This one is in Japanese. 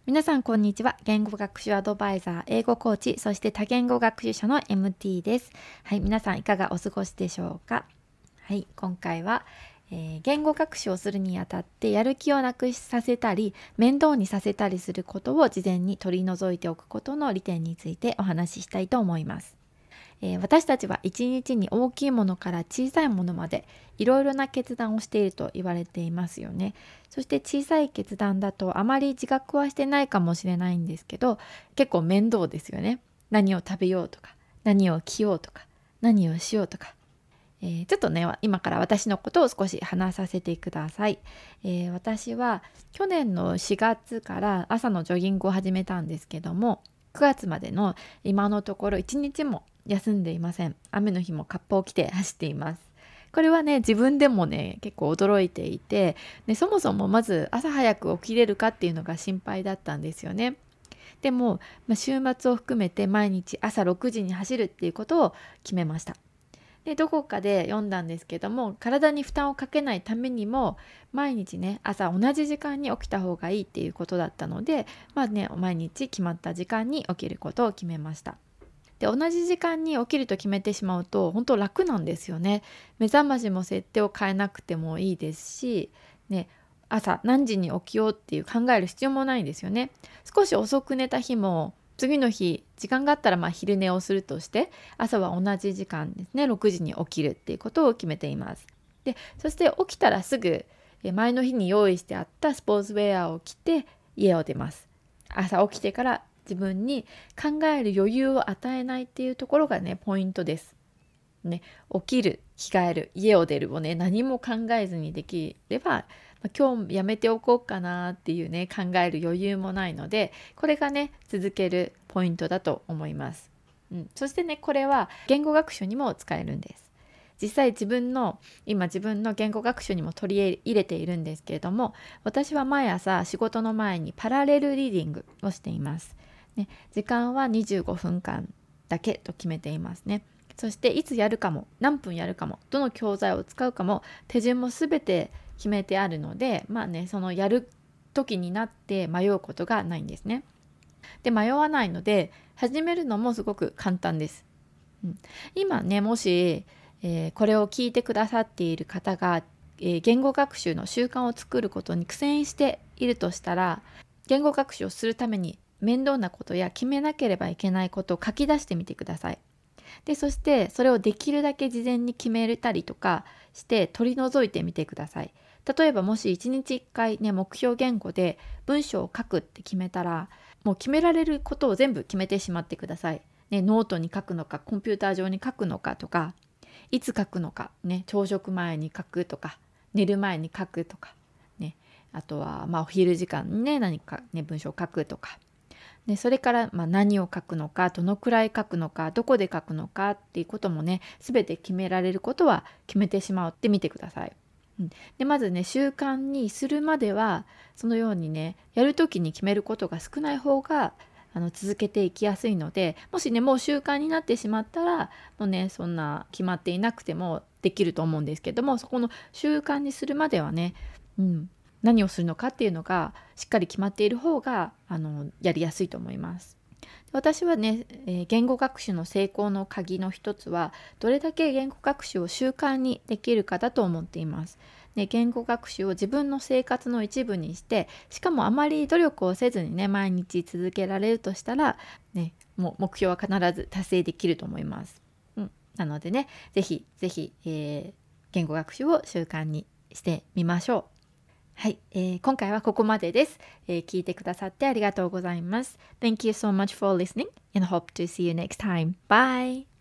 皆さんこんにちは。言語学習アドバイザー、英語コーチ、そして多言語学習者の MT です。はい、皆さんいかがお過ごしでしょうか。はい、今回は、言語学習をするにあたってやる気をなくさせたり面倒にさせたりすることを事前に取り除いておくことの利点についてお話ししたいと思います。私たちは一日に大きいものから小さいものまでいろいろな決断をしていると言われていますよね。そして小さい決断だとあまり自覚はしてないかもしれないんですけど、結構面倒ですよね。何を食べようとか、何を着ようとか、何をしようとか。ちょっとね今から私のことを少し話させてください。私は去年の4月から朝のジョギングを始めたんですけども、9月までの今のところ1日も休んでいません。雨の日もカッパを着て走っています。これはね自分でもね結構驚いていて、そもそもまず朝早く起きれるかっていうのが心配だったんですよね。でも、週末を含めて毎日朝6時に走るっていうことを決めました。でどこかで読んだんですけども、体に負担をかけないためにも毎日ね朝同じ時間に起きた方がいいっていうことだったので、毎日決まった時間に起きることを決めました。で同じ時間に起きると決めてしまうと本当楽なんですよね。目覚ましも設定を変えなくてもいいですし、朝何時に起きようっていう考える必要もないんですよね。少し遅く寝た日も次の日時間があったら昼寝をするとして、朝は同じ時間ですね、6時に起きるっていうことを決めています。でそして起きたらすぐ前の日に用意してあったスポーツウェアを着て家を出ます。朝起きてから自分に考える余裕を与えないっていうところがねポイントです。起きる、着替える、家を出るをね何も考えずにできれば、今日やめておこうかなっていうね考える余裕もないので、これがね続けるポイントだと思います。そしてねこれは言語学習にも使えるんです。実際自分の言語学習にも取り入れているんですけれども、私は毎朝仕事の前にパラレルリーディングをしています。時間は25分間だけと決めていますね。そしていつやるかも、何分やるかも、どの教材を使うかも、手順も全て決めてあるので、そのやる時になって迷うことがないんですね。で迷わないので始めるのもすごく簡単です。今ねもし、これを聞いてくださっている方が、言語学習の習慣を作ることに苦戦しているとしたら、言語学習をするために面倒なことや決めなければいけないことを書き出してみてください。でそしてそれをできるだけ事前に決めれたりとかして取り除いてみてください。例えばもし1日1回ね目標言語で文章を書くって決めたら、もう決められることを全部決めてしまってください。ノートに書くのかコンピューター上に書くのかとか、いつ書くのか、朝食前に書くとか寝る前に書くとか、あとはお昼時間に何か文章を書くとか、それから何を書くのか、どのくらい書くのか、どこで書くのかっていうことも全て決められることは決めてしまってみてください。でまず習慣にするまではそのようにやるときに決めることが少ない方が続けていきやすいので、もしもう習慣になってしまったらもうそんな決まっていなくてもできると思うんですけども、そこの習慣にするまでは何をするのかっていうのがしっかり決まっている方がやりやすいと思います。私は言語学習の成功の鍵の一つはどれだけ言語学習を習慣にできるかだと思っています。言語学習を自分の生活の一部にして、しかもあまり努力をせずに毎日続けられるとしたら、もう目標は必ず達成できると思います。なのでぜひぜひ、言語学習を習慣にしてみましょう。はい、今回はここまでです。聞いてくださってありがとうございます。Thank you so much for listening and hope to see you next time. Bye!